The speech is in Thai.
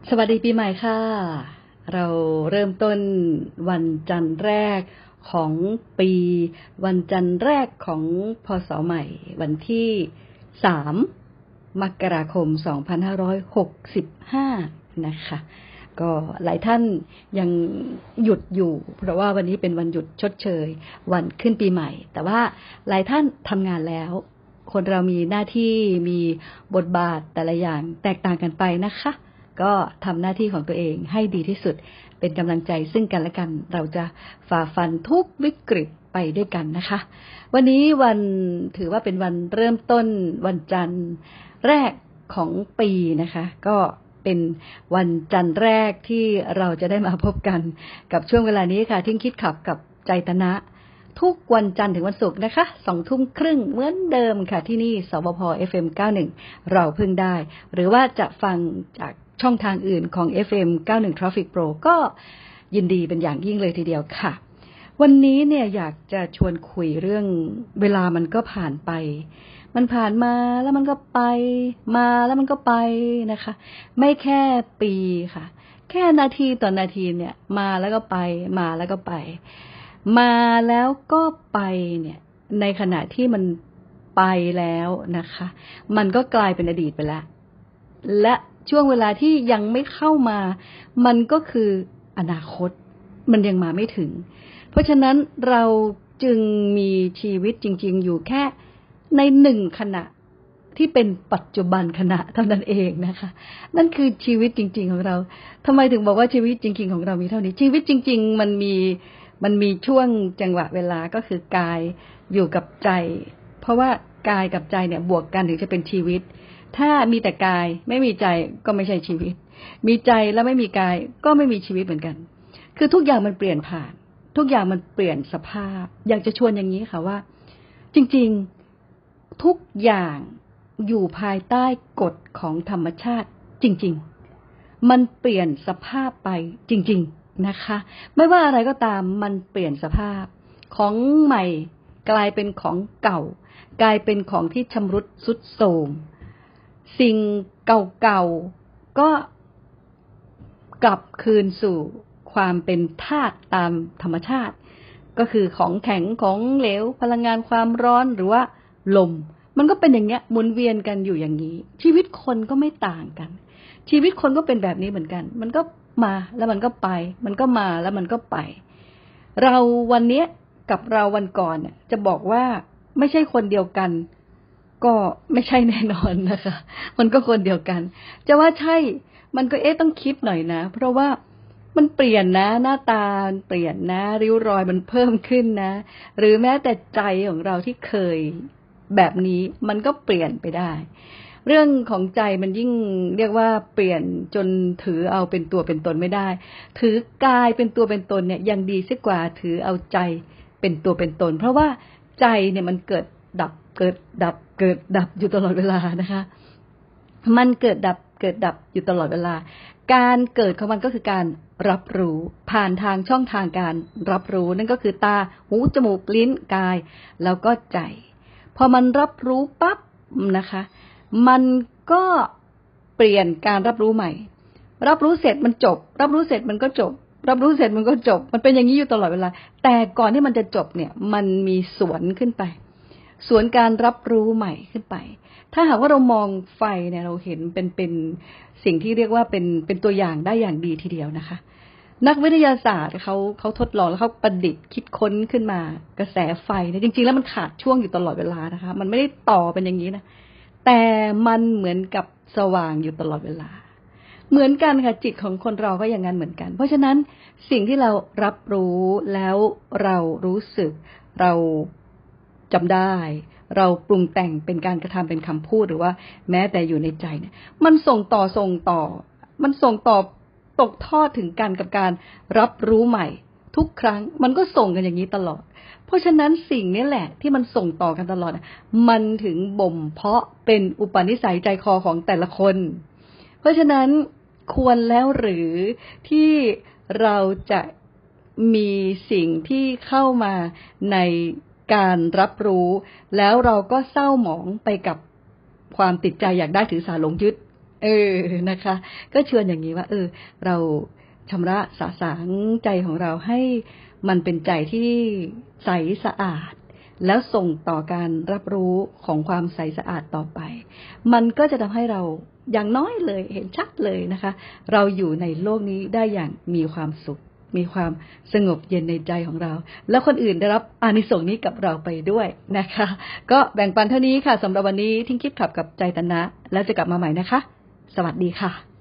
สวัสดีปีใหม่ค่ะเราเริ่มต้นวันจันทร์แรกของปีวันจันทร์แรกของพ.ศ. ใหม่วันที่3 มกราคม 2565นะคะก็หลายท่านยังหยุดอยู่เพราะว่าวันนี้เป็นวันหยุดชดเชยวันขึ้นปีใหม่แต่ว่าหลายท่านทำงานแล้วคนเรามีหน้าที่มีบทบาทแต่ละอย่างแตกต่างกันไปนะคะก็ทำหน้าที่ของตัวเองให้ดีที่สุดเป็นกำลังใจซึ่งกันและกันเราจะฝ่าฟันทุกวิกฤตไปด้วยกันนะคะวันนี้วันถือว่าเป็นวันเริ่มต้นวันจันทร์แรกของปีนะคะก็เป็นวันจันทร์แรกที่เราจะได้มาพบกันกับช่วงเวลานี้ค่ะทิ้งคิดขับกับใจตนะทุกวันจันทร์ถึงวันศุกร์นะคะ 20:30 น.เหมือนเดิมค่ะที่นี่สวพ. FM 91เราพึ่งได้หรือว่าจะฟังจากช่องทางอื่นของ FM 91 Traffic Pro ก็ยินดีเป็นอย่างยิ่งเลยทีเดียวค่ะวันนี้เนี่ยอยากจะชวนคุยเรื่องเวลามันก็ผ่านไปมันผ่านมาแล้วมันก็ไปมาแล้วมันก็ไปนะคะไม่แค่ปีค่ะแค่นาทีต่อนาทีเนี่ยมาแล้วก็ไปมาแล้วก็ไปมาแล้วก็ไปเนี่ยในขณะที่มันไปแล้วนะคะมันก็กลายเป็นอดีตไปแล้วและช่วงเวลาที่ยังไม่เข้ามามันก็คืออนาคตมันยังมาไม่ถึงเพราะฉะนั้นเราจึงมีชีวิตจริงๆอยู่แค่ใน1ขณะที่เป็นปัจจุบันขณะเท่านั้นเองนะคะนั่นคือชีวิตจริงๆของเราทำไมถึงบอกว่าชีวิตจริงๆของเรามีเท่านี้ชีวิตจริงๆมันมีช่วงจังหวะเวลาก็คือกายอยู่กับใจเพราะว่ากายกับใจเนี่ยบวกกันถึงจะเป็นชีวิตถ้ามีแต่กายไม่มีใจก็ไม่ใช่ชีวิตมีใจแล้วไม่มีกายก็ไม่มีชีวิตเหมือนกันคือทุกอย่างมันเปลี่ยนผ่านทุกอย่างมันเปลี่ยนสภาพอยากจะชวนอย่างนี้ค่ะว่าจริงๆทุกอย่างอยู่ภายใต้กฎของธรรมชาติจริงๆมันเปลี่ยนสภาพไปจริงๆนะคะไม่ว่าอะไรก็ตามมันเปลี่ยนสภาพของใหม่กลายเป็นของเก่ากลายเป็นของที่ชำรุดทรุดโทรมสิ่งเก่าๆก็กลับคืนสู่ความเป็นธาตุตามธรรมชาติก็คือของแข็งของเหลวพลังงานความร้อนหรือว่าลมมันก็เป็นอย่างเงี้ยหมุนเวียนกันอยู่อย่างนี้ชีวิตคนก็ไม่ต่างกันชีวิตคนก็เป็นแบบนี้เหมือนกันมันก็มาแล้วมันก็ไปมันก็มาแล้วมันก็ไปเราวันนี้กับเราวันก่อนจะบอกว่าไม่ใช่คนเดียวกันก็ไม่ใช่แน่นอนนะคะมันก็คนเดียวกันจะว่าใช่มันก็ต้องคิดหน่อยนะเพราะว่ามันเปลี่ยนนะหน้าตาเปลี่ยนนะริ้วรอยมันเพิ่มขึ้นนะหรือแม้แต่ใจของเราที่เคยแบบนี้มันก็เปลี่ยนไปได้เรื่องของใจมันยิ่งเรียกว่าเปลี่ยนจนถือเอาเป็นตัวเป็นตนไม่ได้ถือกายเป็นตัวเป็นตนเนี่ยยังดีเสียกว่าถือเอาใจเป็นตัวเป็นตนเพราะว่าใจเนี่ยมันเกิดดับเกิดดับเกิดดับอยู่ตลอดเวลานะคะมันเกิดดับเกิดดับอยู่ตลอดเวลาการเกิดของมันก็คือการรับรู้ผ่านทางช่องทางการรับรู้นั่นก็คือตาหูจมูกลิ้นกายแล้วก็ใจพอมันรับรู้ปั๊บนะคะมันก็เปลี่ยนการรับรู้ใหม่รับรู้เสร็จมันจบรับรู้เสร็จมันก็จบรับรู้เสร็จมันก็จบมันเป็นอย่างนี้อยู่ตลอดเวลาแต่ก่อนที่มันจะจบเนี่ยมันมีสวนขึ้นไปสวนการรับรู้ใหม่ขึ้นไปถ้าหากว่าเรามองไฟเนี่ยเราเห็นเป็นสิ่งที่เรียกว่าเป็นตัวอย่างได้อย่างดีทีเดียวนะคะนักวิทยาศาสตร์เขาทดลองแล้วเขาประดิษฐ์คิดค้นขึ้นมากระแสไฟเนี่ยจริงๆแล้วมันขาดช่วงอยู่ตลอดเวลานะคะมันไม่ได้ต่อเป็นอย่างนี้นะแต่มันเหมือนกับสว่างอยู่ตลอดเวลาเหมือนกันค่ะจิตของคนเราก็อย่างนั้นเหมือนกันเพราะฉะนั้นสิ่งที่เรารับรู้แล้วเรารู้สึกเราจำได้เราปรุงแต่งเป็นการกระทำเป็นคำพูดหรือว่าแม้แต่อยู่ในใจเนี่ยมันส่งต่อมันส่งต่อตกทอดถึงกันกับการรับรู้ใหม่ทุกครั้งมันก็ส่งกันอย่างนี้ตลอดเพราะฉะนั้นสิ่งนี้แหละที่มันส่งต่อกันตลอดมันถึงบ่มเพาะเป็นอุปนิสัยใจคอของแต่ละคนเพราะฉะนั้นควรแล้วหรือที่เราจะมีสิ่งที่เข้ามาในการรับรู้แล้วเราก็เศร้าหมองไปกับความติดใจอยากได้ถือสาหลงยึดนะคะ ก็ชวนอย่างนี้ว่าเราชำระสะสางใจของเราให้มันเป็นใจที่ใสสะอาดแล้วส่งต่อการรับรู้ของความใสสะอาดต่อไปมันก็จะทำให้เราอย่างน้อยเลยเห็นชัดเลยนะคะเราอยู่ในโลกนี้ได้อย่างมีความสุขมีความสงบเย็นในใจของเราแล้วคนอื่นได้รับอานิสงส์นี้กับเราไปด้วยนะคะก็แบ่งปันเท่านี้ค่ะสำหรับวันนี้ทิ้งคลิปขับกับใจตนะแล้วจะกลับมาใหม่นะคะสวัสดีค่ะ